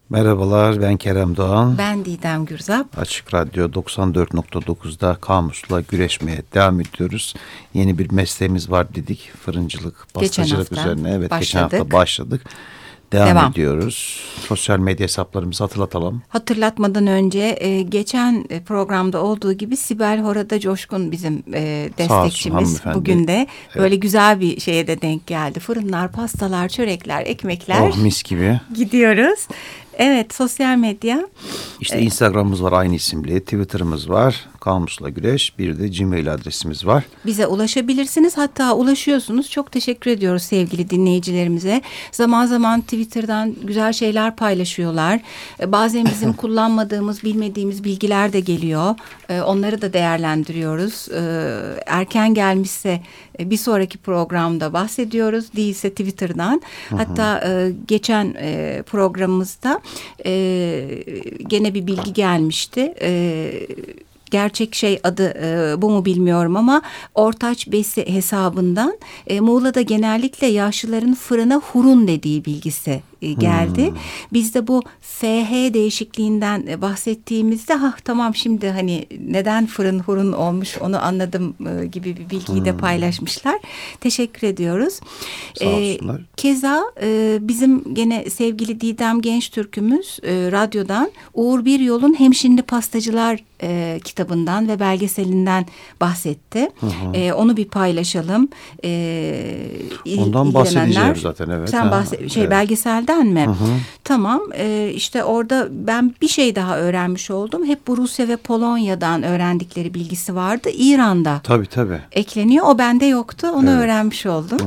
Merhabalar, ben Kerem Doğan. Ben Didem Gürzap. Açık Radyo 94.9'da kamusla güreşmeye devam ediyoruz. Yeni bir mesleğimiz var dedik. Fırıncılık, pastacılık üzerine. Evet, geçen hafta başladık. Devam ediyoruz. Sosyal medya hesaplarımızı hatırlatalım. Hatırlatmadan önce geçen programda olduğu gibi Sibel Horada Coşkun bizim destekçimiz. Bugün de böyle güzel bir şeye de denk geldi. Fırınlar, pastalar, çörekler, ekmekler. Oh, mis gibi. Gidiyoruz. Evet, sosyal medya. İşte Instagram'ımız var aynı isimli, Twitter'ımız var, Kamusla Güreş, bir de Gmail adresimiz var. Bize ulaşabilirsiniz, hatta ulaşıyorsunuz. Çok teşekkür ediyoruz sevgili dinleyicilerimize. Zaman zaman Twitter'dan güzel şeyler paylaşıyorlar. Bazen bizim kullanmadığımız, bilmediğimiz bilgiler de geliyor. Onları da değerlendiriyoruz. Erken gelmişse bir sonraki programda bahsediyoruz. Değilse Twitter'dan. Hatta geçen programımızda gene bir bilgi gelmişti. Gerçek adı bu mu bilmiyorum ama Ortaç Besi hesabından Muğla'da genellikle yaşlıların fırına hurun dediği bilgisi geldi. Biz de bu FH değişikliğinden bahsettiğimizde tamam şimdi hani neden fırın hurun olmuş onu anladım gibi bir bilgiyi de paylaşmışlar. Teşekkür ediyoruz. Sağ olsunlar. Keza bizim gene sevgili Didem Gençtürk'ümüz radyodan Uğur Biryol'un Hemşinli Pastacılar kitabından ve belgeselinden bahsetti. Onu bir paylaşalım. Ondan bahsedeceğim zaten. Evet. Sen belgeselden mi? Tamam. İşte orada ben bir şey daha öğrenmiş oldum. Hep bu Rusya ve Polonya'dan öğrendikleri bilgisi vardı. İran'da. Tabii. Ekleniyor. O bende yoktu. Onu öğrenmiş oldum.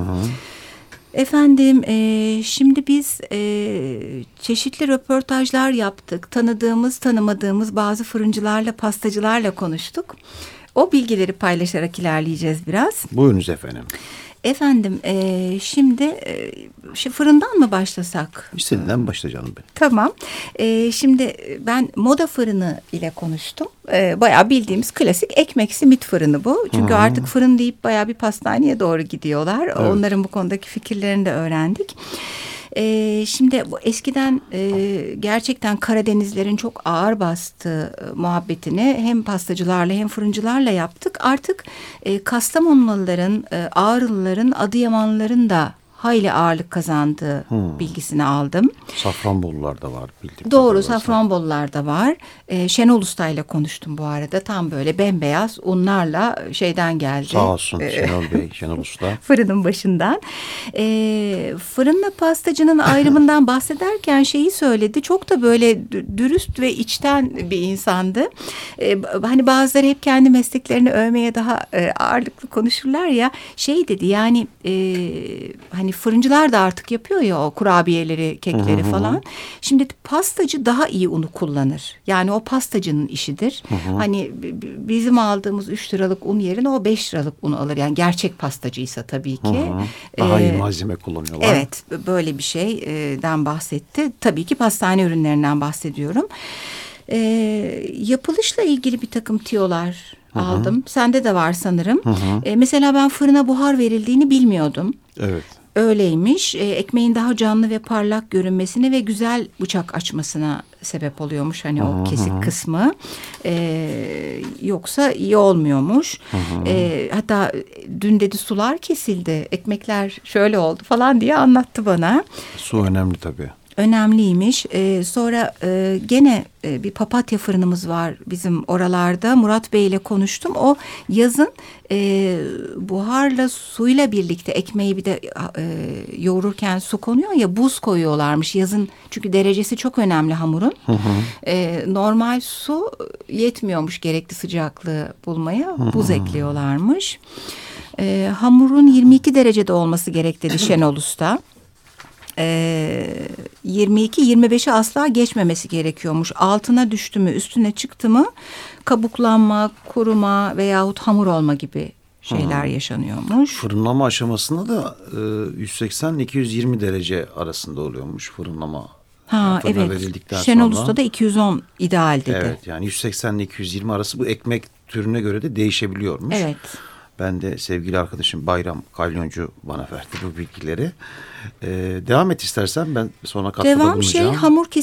Efendim şimdi biz çeşitli röportajlar yaptık. Tanıdığımız, tanımadığımız bazı fırıncılarla, pastacılarla konuştuk. O bilgileri paylaşarak ilerleyeceğiz biraz. Buyurunuz efendim. Efendim şimdi fırından mı başlasak? İstediğinden başla canım benim. Tamam. Şimdi ben moda fırını ile konuştum. Bayağı bildiğimiz klasik ekmek simit fırını bu. Çünkü artık fırın deyip bayağı bir pastaneye doğru gidiyorlar. Evet. Onların bu konudaki fikirlerini de öğrendik. Şimdi bu eskiden gerçekten Karadenizlerin çok ağır bastığı muhabbetini hem pastacılarla hem fırıncılarla yaptık. Artık Kastamonluların, Ağrılıların, Adıyamanlıların da hayli ağırlık kazandığı bilgisini aldım. Safranbolular da var bildiğim. Doğru, Safranbolular da var. Şenol Usta ile konuştum bu arada. Tam böyle bembeyaz unlarla geldi. Sağ olsun Şenol Bey, Şenol Usta. Fırının başından. Fırınla pastacının ayrımından bahsederken söyledi. Çok da böyle dürüst ve içten bir insandı. Hani bazıları hep kendi mesleklerini övmeye daha ağırlıklı konuşurlar ya. Dedi yani hani fırıncılar da artık yapıyor ya o kurabiyeleri, kekleri falan. Şimdi pastacı daha iyi unu kullanır. Yani o pastacının işidir. Hani bizim aldığımız 3 liralık un yerine o 5 liralık unu alır. Yani gerçek pastacıysa tabii ki. Daha iyi malzeme kullanıyorlar. Evet, böyle bir şeyden bahsetti. Tabii ki pastane ürünlerinden bahsediyorum. Yapılışla ilgili bir takım tiyolar aldım. Sende de var sanırım. Mesela ben fırına buhar verildiğini bilmiyordum. Evet. Öyleymiş. Ekmeğin daha canlı ve parlak görünmesine ve güzel bıçak açmasına sebep oluyormuş. Hani o kesik kısmı. Yoksa iyi olmuyormuş. Hatta dün dedi sular kesildi. Ekmekler şöyle oldu falan diye anlattı bana. Su önemli tabii. Önemliymiş. Sonra gene bir papatya fırınımız var bizim oralarda. Murat Bey ile konuştum. O yazın buharla suyla birlikte ekmeği bir de yoğururken su konuyor ya, buz koyuyorlarmış yazın. Çünkü derecesi çok önemli hamurun. Normal su yetmiyormuş gerekli sıcaklığı bulmaya. Buz ekliyorlarmış. Hamurun 22 derecede olması gerek dedi Şenol Usta. 22-25'i asla geçmemesi gerekiyormuş. Altına düştü mü, üstüne çıktı mı kabuklanma, kuruma veyahut hamur olma gibi şeyler yaşanıyormuş. Fırınlama aşamasında da 180-220 derece arasında oluyormuş fırınlama. Evet. Şenol Usta da 210 ideal dedi. Evet, yani 180-220 arası bu ekmek türüne göre de değişebiliyormuş. Evet. Ben de sevgili arkadaşım Bayram Kalyoncu bana verdi bu bilgileri. Devam et istersen, ben sonra katkıda bulunacağım. Hamur kesinlikle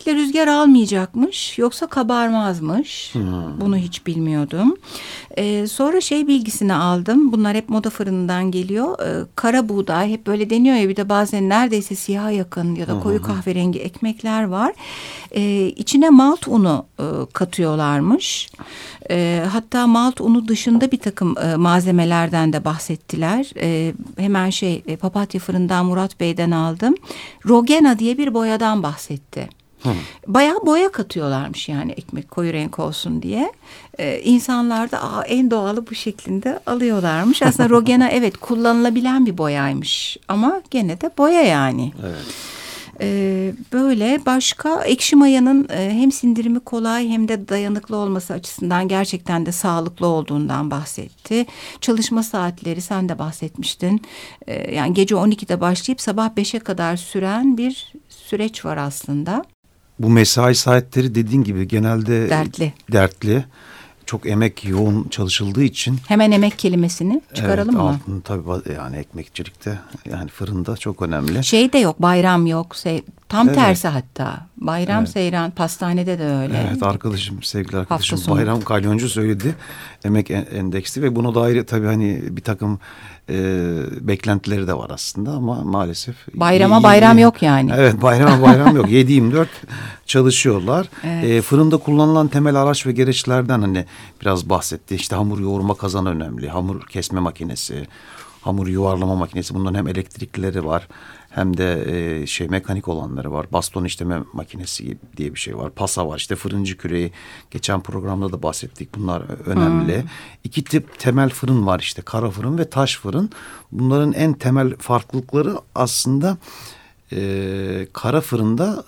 kesinlikle rüzgar almayacakmış, yoksa kabarmazmış. Bunu hiç bilmiyordum. Sonra bilgisini aldım. Bunlar hep Moda Fırını'ndan geliyor. Kara buğday, hep böyle deniyor ya, bir de bazen neredeyse siyaha yakın ya da koyu kahverengi ekmekler var. İçine malt unu katıyorlarmış. Hatta malt unu dışında bir takım malzemelerden de bahsettiler. Hemen Papatya Fırın'dan Murat Bey'den aldım. Rogena diye bir boyadan bahsetti. Bayağı boya katıyorlarmış yani, ekmek koyu renk olsun diye. İnsanlar da en doğalı bu şeklinde alıyorlarmış. Aslında Rogena evet kullanılabilen bir boyaymış ama gene de boya yani. Evet. Böyle başka ekşi mayanın hem sindirimi kolay hem de dayanıklı olması açısından gerçekten de sağlıklı olduğundan bahsetti. Çalışma saatleri, sen de bahsetmiştin. Yani gece 12'de başlayıp sabah 5'e kadar süren bir süreç var aslında. Bu mesai saatleri dediğin gibi genelde dertli. Çok emek yoğun çalışıldığı için. Hemen emek kelimesini çıkaralım mı? Altın tabii, yani ekmekçilikte, yani fırında çok önemli. De yok, bayram yok. Tam tersi hatta. Bayram seyran, pastanede de öyle. Evet, sevgili arkadaşım Bayram Kalyoncu söyledi. Emek endeksli ve buna dair tabii hani bir takım beklentileri de var aslında ama maalesef. Bayram yok yani. Evet, bayram yok. 7/24 çalışıyorlar. Evet. Fırında kullanılan temel araç ve gereçlerden hani biraz bahsetti. İşte hamur yoğurma kazanı önemli. Hamur kesme makinesi, hamur yuvarlama makinesi. Bunların hem elektriklileri var hem de mekanik olanları var. Baston işleme makinesi diye bir şey var. Pasa var. İşte fırıncı küreği. Geçen programda da bahsettik. Bunlar önemli. İki tip temel fırın var işte. Kara fırın ve taş fırın. Bunların en temel farklılıkları aslında kara fırında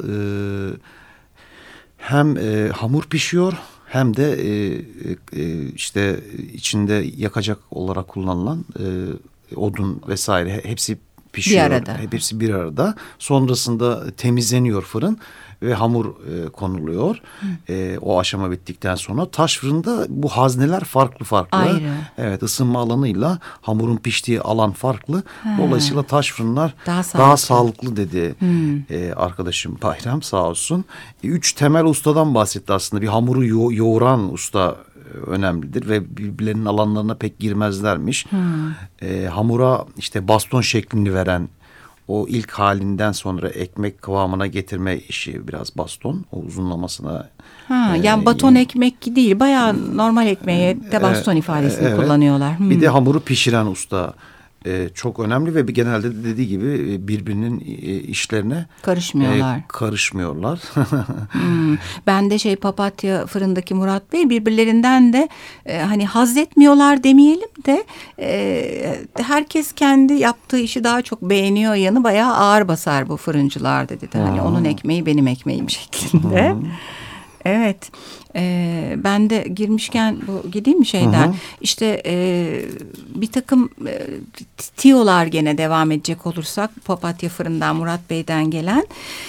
hem hamur pişiyor hem de işte içinde yakacak olarak kullanılan odun vesaire hepsi pişiyor. Hepsi bir arada. Sonrasında temizleniyor fırın ve hamur konuluyor. O aşama bittikten sonra taş fırında bu hazneler farklı. Ayrı. Evet, ısınma alanıyla hamurun piştiği alan farklı. Dolayısıyla taş fırınlar daha sağlıklı dedi arkadaşım Bayram sağ olsun. 3 temel ustadan bahsetti aslında. Bir hamuru yoğuran usta önemlidir ve birbirlerinin alanlarına pek girmezlermiş. Hamura işte baston şeklini veren, o ilk halinden sonra ekmek kıvamına getirme işi biraz baston, o uzunlamasına. Yani baton ekmek değil, bayağı normal ekmeğe de baston ifadesini kullanıyorlar. Bir de hamuru pişiren usta çok önemli ve genelde dediği gibi birbirinin işlerine karışmıyorlar. Ben de Papatya Fırındaki Murat Bey, birbirlerinden de hani haz etmiyorlar demeyelim de herkes kendi yaptığı işi daha çok beğeniyor yanı, bayağı ağır basar bu fırıncılar dedi. Hani onun ekmeği benim ekmeğim şeklinde. Evet. Ben de girmişken gideyim mi şeyden? İşte bir takım tiyolar gene devam edecek olursak, Papatya Fırından Murat Bey'den gelen.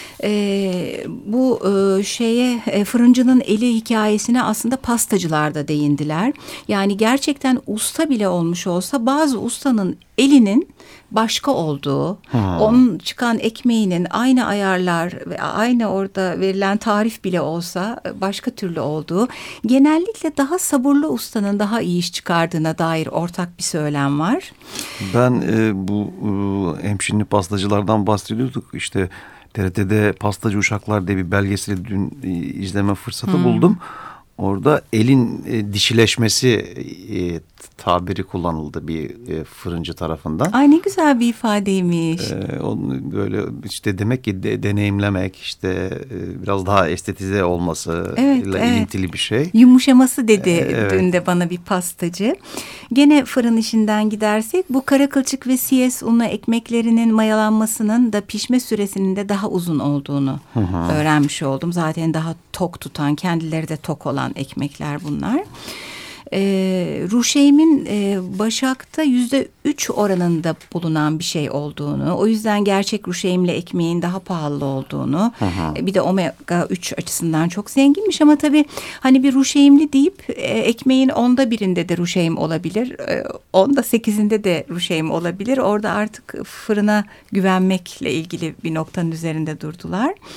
Bu fırıncının eli hikayesine aslında pastacılar da değindiler. Yani gerçekten usta bile olmuş olsa bazı ustanın elinin başka olduğu, onun çıkan ekmeğinin aynı ayarlar ve aynı orada verilen tarif bile olsa başka türlü olduğu, genellikle daha sabırlı ustanın daha iyi iş çıkardığına dair ortak bir söylem var. Ben bu hemşinli pastacılardan bahsediyorduk. İşte TRT'de Pastacı Uşaklar diye bir belgeseli dün izleme fırsatı buldum. Orada elin dişileşmesi tabiri kullanıldı bir fırıncı tarafından. Ay, ne güzel bir ifadeymiş. Onu böyle işte demek ki deneyimlemek, işte biraz daha estetize olmasıyla ilintili bir şey. Yumuşaması dedi dün de bana bir pastacı. Gene fırın işinden gidersek, bu kara kılçık ve siyes unu ekmeklerinin mayalanmasının da pişme süresinin de daha uzun olduğunu öğrenmiş oldum. Zaten daha tok tutan, kendileri de tok olan ekmekler bunlar. Ruşeym'in Başak'ta %3 oranında bulunan bir şey olduğunu, o yüzden gerçek ruşeymle ekmeğin daha pahalı olduğunu, bir de omega 3 açısından çok zenginmiş ama tabii hani bir ruşeymli deyip ekmeğin 1/10'inde de ruşeym olabilir, 8'inde de ruşeym olabilir. Orada artık fırına güvenmekle ilgili bir noktanın üzerinde durdular.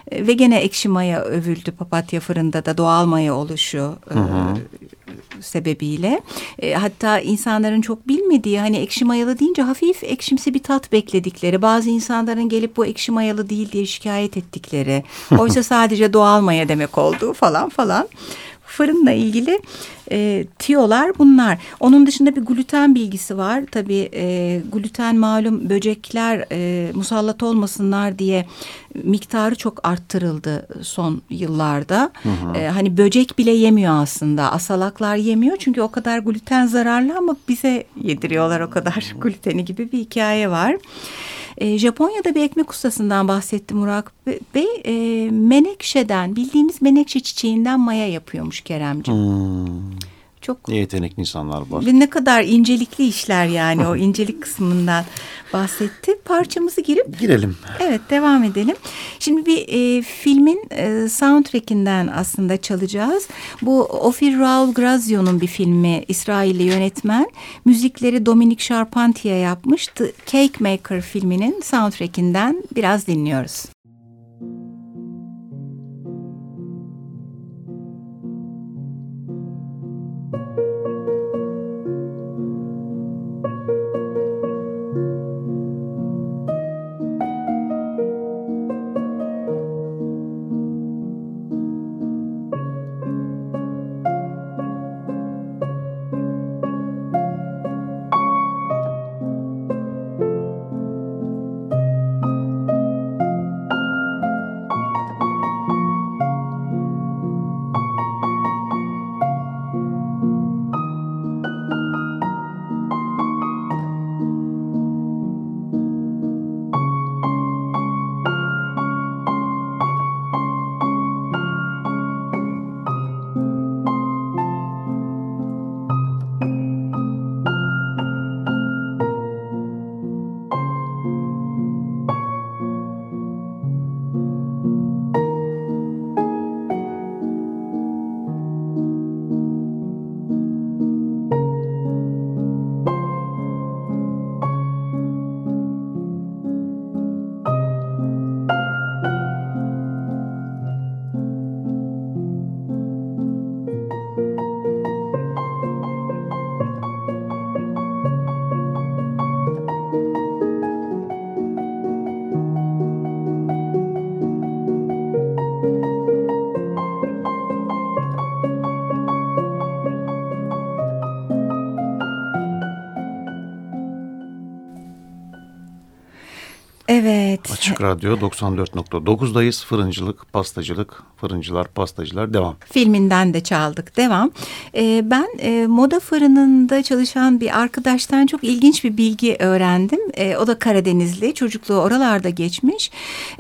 Ve gene ekşi maya övüldü papatya fırında da, doğal maya oluşu sebebiyle. Hatta insanların çok bilmediği, hani ekşi mayalı deyince hafif ekşimsi bir tat bekledikleri, bazı insanların gelip bu ekşi mayalı değil diye şikayet ettikleri, oysa sadece doğal maya demek olduğu falan falan. Fırınla ilgili tiyolar bunlar. Onun dışında bir gluten bilgisi var. Tabii gluten malum böcekler musallat olmasınlar diye miktarı çok arttırıldı son yıllarda. Hani böcek bile yemiyor aslında. Asalaklar yemiyor çünkü o kadar gluten zararlı ama bize yediriyorlar o kadar gluteni gibi bir hikaye var. Japonya'da bir ekmek ustasından bahsetti Murat Bey. Menekşeden, bildiğimiz menekşe çiçeğinden maya yapıyormuş Keremciğim. Çok yetenekli insanlar var. Ve ne kadar incelikli işler yani, o incelik kısmından bahsetti. Parçamızı girelim. Evet, devam edelim. Şimdi bir filmin soundtrackinden aslında çalacağız. Bu Ofir Raul Grazio'nun bir filmi, İsrailli yönetmen. Müzikleri Dominique Charpentier yapmış. The Cake Maker filminin soundtrackinden biraz dinliyoruz. Evet. Açık Radyo 94.9'dayız. Fırıncılık, pastacılık, fırıncılar, pastacılar devam. Filminden de çaldık, devam. Ben moda fırınında çalışan bir arkadaştan çok ilginç bir bilgi öğrendim. O da Karadenizli, çocukluğu oralarda geçmiş.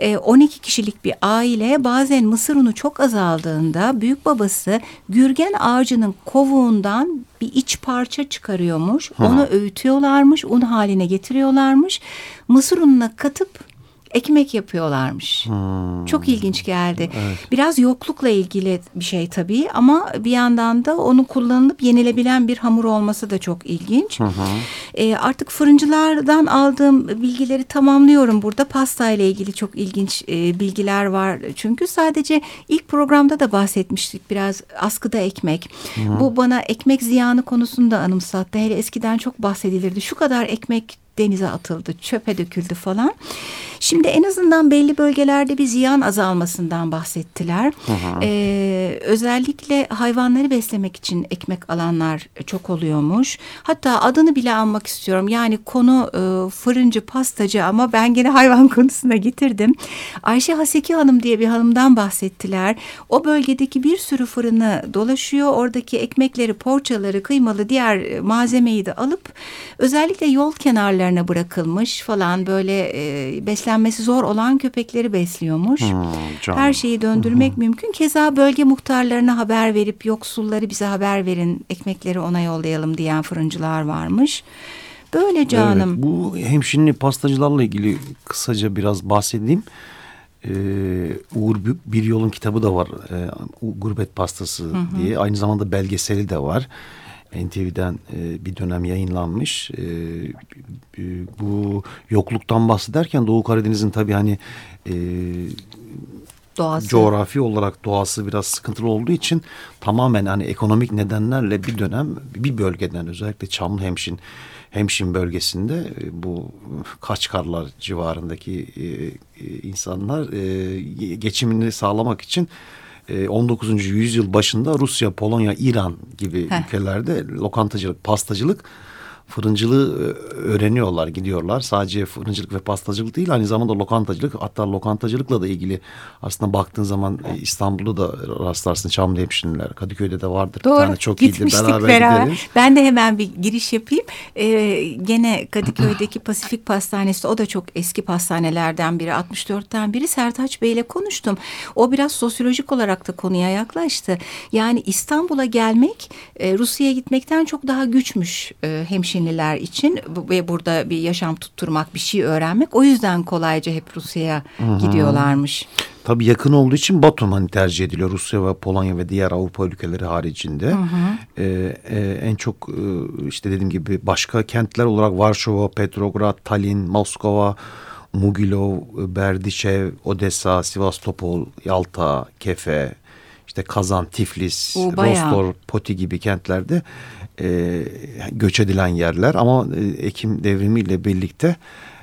12 kişilik bir aile bazen mısır unu çok azaldığında büyük babası gürgen ağacının kovuğundan bir iç parça çıkarıyormuş. Onu öğütüyorlarmış, un haline getiriyorlarmış. Mısır ununa katıp ekmek yapıyorlarmış. Çok ilginç geldi. Evet. Biraz yoklukla ilgili bir şey tabii ama bir yandan da onun kullanılıp yenilebilen bir hamur olması da çok ilginç. Artık fırıncılardan aldığım bilgileri tamamlıyorum burada. Pasta ile ilgili çok ilginç bilgiler var. Çünkü sadece ilk programda da bahsetmiştik biraz, askıda ekmek. Bu bana ekmek ziyanı konusunu da anımsattı. Hele eskiden çok bahsedilirdi. Şu kadar ekmek denize atıldı, çöpe döküldü falan. Şimdi en azından belli bölgelerde bir ziyan azalmasından bahsettiler. Özellikle hayvanları beslemek için ekmek alanlar çok oluyormuş. Hatta adını bile anmak istiyorum. Yani konu fırıncı, pastacı ama ben gene hayvan konusuna getirdim. Ayşe Haseki Hanım diye bir hanımdan bahsettiler. O bölgedeki bir sürü fırını dolaşıyor. Oradaki ekmekleri, poğaçaları, kıymalı diğer malzemeyi de alıp özellikle yol kenarlarına bırakılmış falan böyle beslenmesi zor olan köpekleri besliyormuş. Her şeyi döndürmek mümkün. Keza bölge muhtarlarına haber verip yoksulları bize haber verin, ekmekleri ona yollayalım diyen fırıncılar varmış. Böyle canım. Evet, bu hemşinli pastacılarla ilgili kısaca biraz bahsedeyim. Uğur Biryol'un kitabı da var. Gurbet Pastası diye. Aynı zamanda belgeseli de var. NTV'den bir dönem yayınlanmış. Bu yokluktan bahsederken Doğu Karadeniz'in tabii hani doğası. Coğrafi olarak doğası biraz sıkıntılı olduğu için tamamen hani ekonomik nedenlerle bir dönem bir bölgeden, özellikle Çamlıhemşin bölgesinde bu Kaçkarlar civarındaki insanlar geçimini sağlamak için 19. yüzyıl başında Rusya, Polonya, İran gibi ülkelerde lokantacılık, pastacılık, fırıncılığı öğreniyorlar, gidiyorlar. Sadece fırıncılık ve pastacılık değil, aynı zamanda lokantacılık, hatta lokantacılıkla da ilgili aslında baktığın zaman İstanbul'da da rastlarsın, Çamlıhemşinliler, Kadıköy'de de vardır. Doğru, bir tane çok iyidir, beraber gideriz. Ben de hemen bir giriş yapayım. Gene Kadıköy'deki Pasifik Pastanesi, o da çok eski pastanelerden biri, 64'ten biri. Sertaç Bey ile konuştum. O biraz sosyolojik olarak da konuya yaklaştı. Yani İstanbul'a gelmek Rusya'ya gitmekten çok daha güçmüş hemşinliler için ve burada bir yaşam tutturmak, bir şey öğrenmek. O yüzden kolayca hep Rusya'ya gidiyorlarmış. Tabii yakın olduğu için Batum hani tercih ediliyor, Rusya ve Polonya ve diğer Avrupa ülkeleri haricinde. En çok işte dediğim gibi başka kentler olarak Varşova, Petrograd, Tallinn, Moskova, Mugilov, Berdichev, Odessa, Sivastopol, Yalta, Kefe, işte Kazan, Tiflis, Rostov, Poti gibi kentlerde göç edilen yerler. Ama Ekim devrimiyle birlikte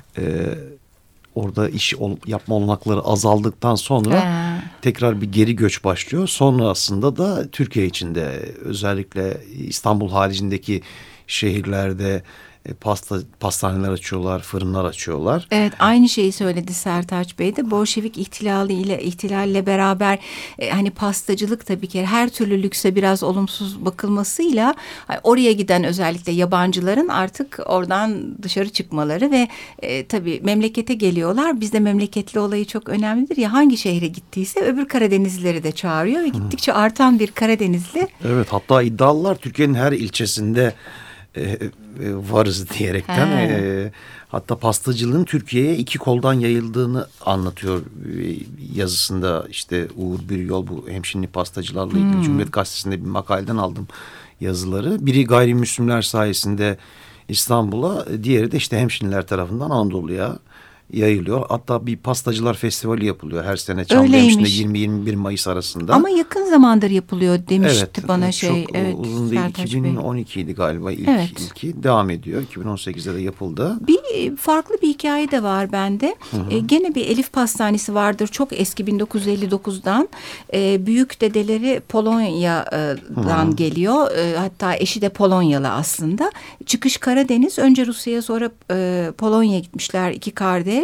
orada iş yapma olanakları azaldıktan sonra tekrar bir geri göç başlıyor. Sonrasında da Türkiye içinde, özellikle İstanbul haricindeki şehirlerde pastaneler açıyorlar, fırınlar açıyorlar. Evet, aynı şeyi söyledi Sertaç Bey de. Bolşevik ihtilalle beraber hani pastacılık da bir kere her türlü lükse biraz olumsuz bakılmasıyla oraya giden özellikle yabancıların artık oradan dışarı çıkmaları ve tabii memlekete geliyorlar. Bizde memleketli olayı çok önemlidir ya, hangi şehre gittiyse öbür Karadenizlileri de çağırıyor ve gittikçe artan bir Karadenizli. Evet, hatta iddialılar Türkiye'nin her ilçesinde varız diyerekten. Hatta pastacılığın Türkiye'ye iki koldan yayıldığını anlatıyor yazısında. İşte Uğur Biryol, bu hemşinli pastacılarla ilgili Cumhuriyet Gazetesi'nde bir makaleden aldım yazıları. Biri gayrimüslimler sayesinde İstanbul'a, diğeri de işte hemşinliler tarafından Anadolu'ya yayılıyor. Hatta bir pastacılar festivali yapılıyor her sene Çamlıhemşin'de 20-21 Mayıs arasında. Ama yakın zamandır yapılıyor demişti bana şey. Çok uzun değil. 2012 idi galiba ilki. Devam ediyor. 2018'de de yapıldı. Bir farklı bir hikaye de var bende. Gene bir Elif Pastanesi vardır. Çok eski, 1959'dan. Büyük dedeleri Polonya'dan geliyor. Hatta eşi de Polonyalı aslında. Çıkış Karadeniz. Önce Rusya'ya, sonra Polonya'ya gitmişler iki kardeş.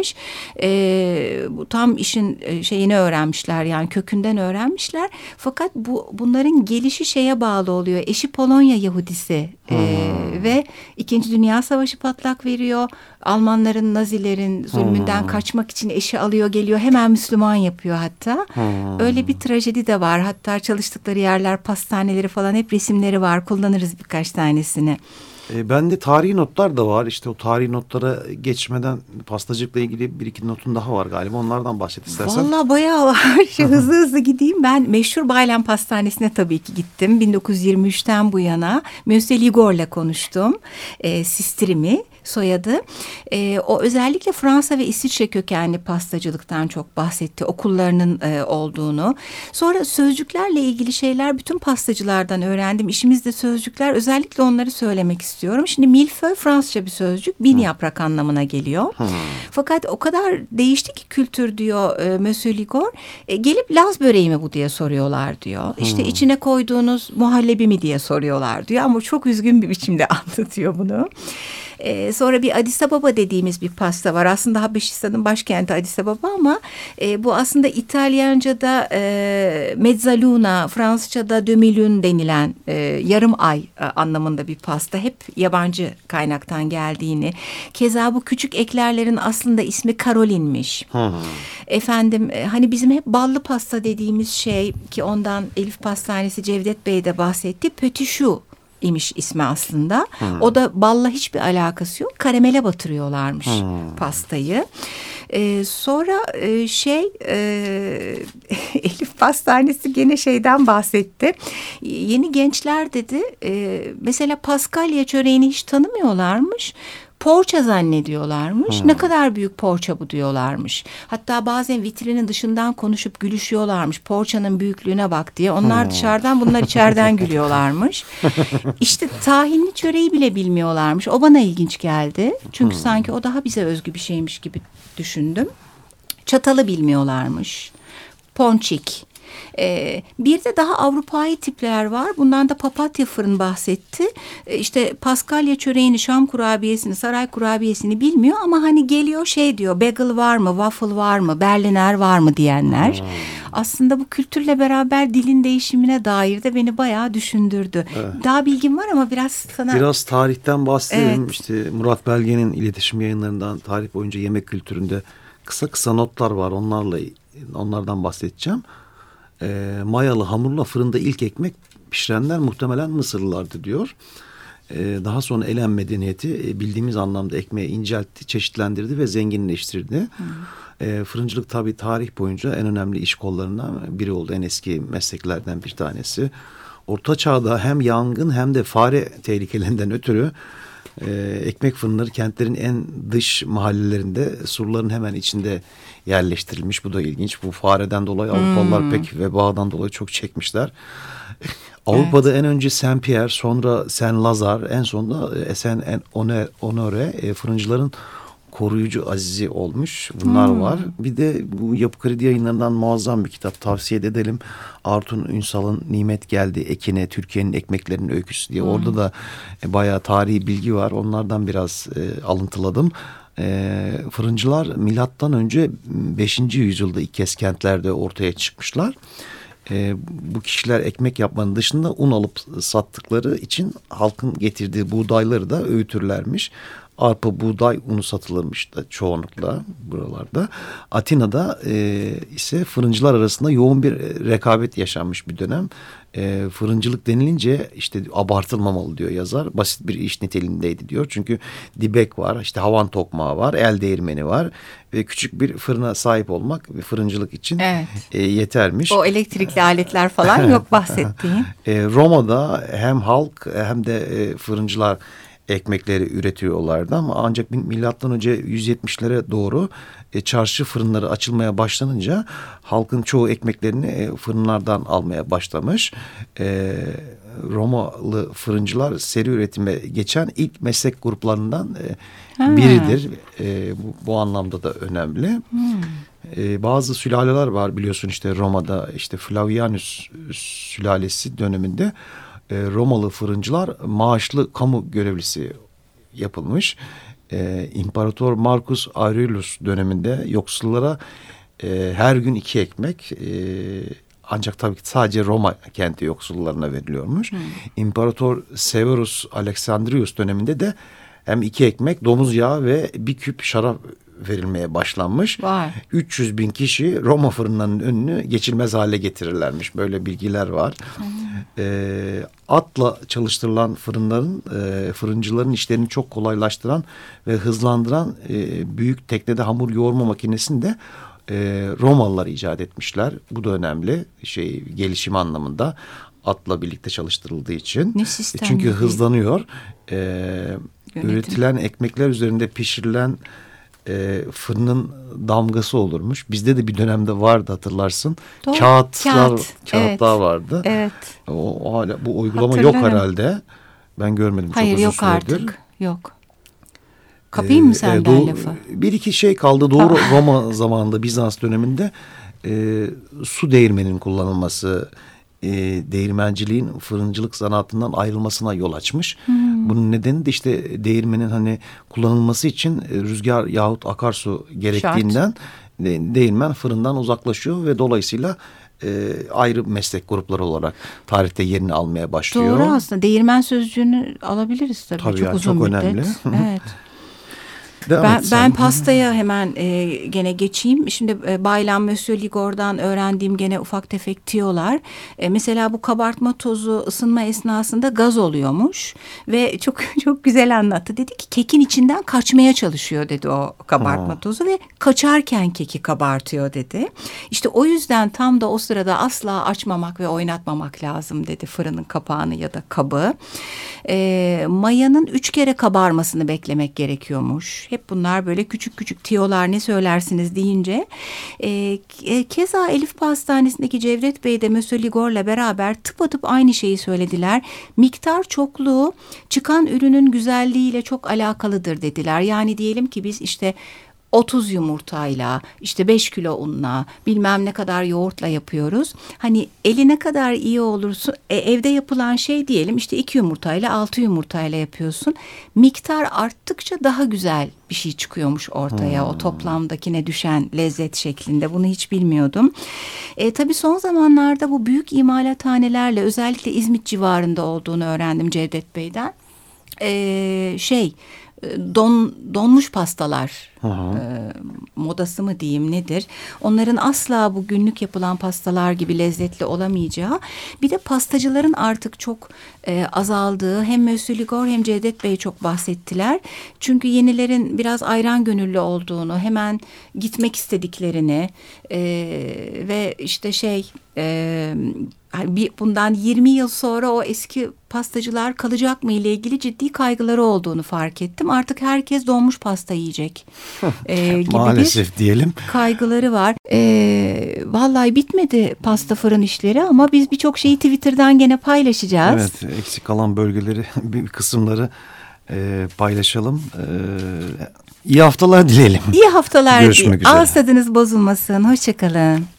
Bu tam işin şeyini öğrenmişler, yani kökünden öğrenmişler. Fakat bunların gelişi şeye bağlı oluyor. Eşi Polonya Yahudisi ve İkinci Dünya Savaşı patlak veriyor. Almanların, Nazilerin zulmünden kaçmak için eşi alıyor geliyor. Hemen Müslüman yapıyor hatta. Öyle bir trajedi de var. Hatta çalıştıkları yerler, pastaneleri falan, hep resimleri var. Kullanırız birkaç tanesini. Bende tarihi notlar da var. İşte o tarihi notlara geçmeden pastacılıkla ilgili bir iki notun daha var galiba. Onlardan bahset istersen. Vallahi bayağı var. Hızlı gideyim. Ben meşhur Baylan Pastanesi'ne tabii ki gittim. 1923'ten bu yana Monsieur Ligor'la konuştum. Sistrimi soyadı. O özellikle Fransa ve İsviçre kökenli pastacılıktan çok bahsetti. Okullarının olduğunu. Sonra sözcüklerle ilgili şeyler bütün pastacılardan öğrendim. İşimizde sözcükler, özellikle onları söylemek istiyorum. Şimdi milföy Fransızca bir sözcük. Bin yaprak anlamına geliyor. Fakat o kadar değişti ki kültür, diyor Monsieur Ligor. Gelip Laz böreği mi bu diye soruyorlar diyor. İşte içine koyduğunuz muhallebi mi diye soruyorlar diyor. Ama çok üzgün bir biçimde anlatıyor bunu. Sonra bir Addis Ababa dediğimiz bir pasta var. Aslında Habeşistan'ın başkenti Addis Ababa ama bu aslında İtalyanca'da mezzaluna, Fransızca'da demi-lune denilen yarım ay anlamında bir pasta. Hep yabancı kaynaktan geldiğini. Keza bu küçük eklerlerin aslında ismi Karolin'miş. Efendim hani bizim hep ballı pasta dediğimiz şey, ki ondan Elif Pastanesi Cevdet Bey de bahsetti. Petit choux imiş ismi aslında. O da balla hiçbir alakası yok. Karamele batırıyorlarmış pastayı. Sonra Elif Pastanesi gene şeyden bahsetti. Yeni gençler dedi mesela Paskalya çöreğini hiç tanımıyorlarmış. poğaça zannediyorlarmış. Ne kadar büyük poğaça bu diyorlarmış. Hatta bazen vitrinin dışından konuşup gülüşüyorlarmış. Poğaçanın büyüklüğüne bak diye. Onlar dışarıdan, bunlar içeriden gülüyorlarmış. İşte tahinli çöreği bile bilmiyorlarmış. O bana ilginç geldi. Çünkü sanki o daha bize özgü bir şeymiş gibi düşündüm. Çatalı bilmiyorlarmış. Ponçik. Bir de daha Avrupa'yı tipler var. Bundan da Papatya Fırın bahsetti. İşte Paskalya çöreğini, Şam kurabiyesini, saray kurabiyesini bilmiyor ama hani geliyor şey diyor, bagel var mı, waffle var mı, berliner var mı diyenler. Aslında bu kültürle beraber dilin değişimine dair de beni bayağı düşündürdü. Evet. Daha bilgim var ama biraz tarihten bahsedelim. Evet. İşte Murat Belge'nin iletişim yayınlarından tarih boyunca yemek kültüründe kısa notlar var. Onlardan bahsedeceğim. Mayalı hamurla fırında ilk ekmek pişirenler muhtemelen Mısırlılardı diyor. Daha sonra Elem medeniyeti bildiğimiz anlamda ekmeği inceltti, çeşitlendirdi ve zenginleştirdi. Fırıncılık tabii tarih boyunca en önemli iş kollarından biri oldu. En eski mesleklerden bir tanesi. Orta Çağ'da hem yangın hem de fare tehlikelerinden ötürü ekmek fırınları kentlerin en dış mahallelerinde, surların hemen içinde yerleştirilmiş. Bu da ilginç. Bu fareden dolayı Avrupalılar pek vebadan dolayı çok çekmişler. Avrupa'da en önce Saint Pierre, sonra Saint Lazare, en sonunda Saint Honoré fırıncıların koruyucu azizi olmuş. Bunlar var. Bir de bu Yapı Kredi Yayınlarından muazzam bir kitap tavsiye edelim. Artun Ünsal'ın Nimet Geldi Ekine, Türkiye'nin Ekmeklerinin Öyküsü diye. Orada da bayağı tarihi bilgi var. Onlardan biraz alıntıladım. Fırıncılar milattan önce 5. yüzyılda ilk kez kentlerde ortaya çıkmışlar. Bu kişiler ekmek yapmanın dışında un alıp sattıkları için halkın getirdiği buğdayları da öğütürlermiş. Arpa, buğday unu satılırmış da çoğunlukla buralarda. Atina'da ise fırıncılar arasında yoğun bir rekabet yaşanmış bir dönem. Fırıncılık denilince işte abartılmamalı diyor yazar. Basit bir iş niteliğindeydi diyor. Çünkü dibek var, işte havan tokmağı var, el değirmeni var ve küçük bir fırına sahip olmak fırıncılık için yetermiş. O elektrikli aletler falan yok bahsettiğin. Roma'da hem halk hem de fırıncılar ekmekleri üretiyorlardı ama ancak milattan önce 170'lere doğru çarşı fırınları açılmaya başlanınca halkın çoğu ekmeklerini fırınlardan almaya başlamış. Romalı fırıncılar seri üretime geçen ilk meslek gruplarından biridir. Bu anlamda da önemli. Bazı sülaleler var biliyorsun işte Roma'da işte Flavianus sülalesi döneminde Romalı fırıncılar maaşlı kamu görevlisi yapılmış. İmparator Marcus Aurelius döneminde yoksullara her gün 2 ekmek ancak tabii ki sadece Roma kenti yoksullarına veriliyormuş. İmparator Severus Alexandrius döneminde de hem 2 ekmek, domuz yağı ve 1 küp şarap verilmeye başlanmış. Vay. 300 bin kişi Roma fırınlarının önünü geçilmez hale getirirlermiş. Böyle bilgiler var. Atla çalıştırılan fırıncıların işlerini çok kolaylaştıran ve hızlandıran büyük teknede hamur yoğurma makinesini de Romalılar icat etmişler. Bu da önemli gelişim anlamında. Atla birlikte çalıştırıldığı için. Ne sistem? Çünkü hızlanıyor. Üretilen ekmekler üzerinde pişirilen fırının damgası olurmuş. Bizde de bir dönemde vardı hatırlarsın. Doğru. Kağıtlar vardı. Evet. Hala bu uygulama yok herhalde. Ben görmedim. Hayır, çok uzun yok süredir. Artık. Yok. Kapayım mı senden lafı? Bir iki şey kaldı. Doğru. Roma zamanında Bizans döneminde su değirmeninin kullanılması değirmenciliğin fırıncılık sanatından ayrılmasına yol açmış. Bunun nedeni de işte değirmenin hani kullanılması için rüzgar yahut akarsu gerektiğinden değirmen fırından uzaklaşıyor ve dolayısıyla ayrı meslek grupları olarak tarihte yerini almaya başlıyor. Doğru aslında değirmen sözcüğünü alabiliriz tabii. Tabii çok uzun müddet. Önemli. Evet. Ben pastaya hemen gene geçeyim. Şimdi Baylan Monsieur Ligor'dan öğrendiğim gene ufak tefek tiyolar. Mesela bu kabartma tozu ısınma esnasında gaz oluyormuş ve çok çok güzel anlattı. Dedi ki kekin içinden kaçmaya çalışıyor dedi o kabartma tozu ve kaçarken keki kabartıyor dedi. İşte o yüzden tam da o sırada asla açmamak ve oynatmamak lazım dedi fırının kapağını ya da kabı. Mayanın 3 kere kabarmasını beklemek gerekiyormuş. Hep bunlar böyle küçük küçük tiyolar, ne söylersiniz deyince. Keza Elif Pastanesi'ndeki Cevdet Bey de Monsieur Ligor'la beraber tıpatıp aynı şeyi söylediler. Miktar çokluğu çıkan ürünün güzelliğiyle çok alakalıdır dediler. Yani diyelim ki biz işte 30 yumurtayla, işte 5 kilo unla, bilmem ne kadar yoğurtla yapıyoruz. Hani eli ne kadar iyi olursun, evde yapılan şey diyelim işte 2 yumurtayla 6 yumurtayla yapıyorsun. Miktar arttıkça daha güzel bir şey çıkıyormuş ortaya, o toplamdakine düşen lezzet şeklinde. Bunu hiç bilmiyordum. Tabii son zamanlarda bu büyük imalathanelerle, özellikle İzmit civarında olduğunu öğrendim Cevdet Bey'den. Donmuş pastalar modası mı diyeyim nedir? Onların asla bu günlük yapılan pastalar gibi lezzetli olamayacağı, bir de pastacıların artık çok azaldığı, hem Monsieur Ligor hem Cevdet Bey çok bahsettiler. Çünkü yenilerin biraz ayran gönüllü olduğunu, hemen gitmek istediklerini ve işte bundan 20 yıl sonra o eski pastacılar kalacak mı ile ilgili ciddi kaygıları olduğunu fark ettim. Artık herkes donmuş pasta yiyecek gibi maalesef diyelim. Kaygıları var. Vallahi bitmedi pasta fırın işleri ama biz birçok şeyi Twitter'dan gene paylaşacağız. Evet, eksik kalan bölgeleri, bir kısımları paylaşalım. İyi haftalar dileyelim. İyi haftalar. Görüşmek üzere. Ağız tadınız bozulmasın. Hoşça kalın.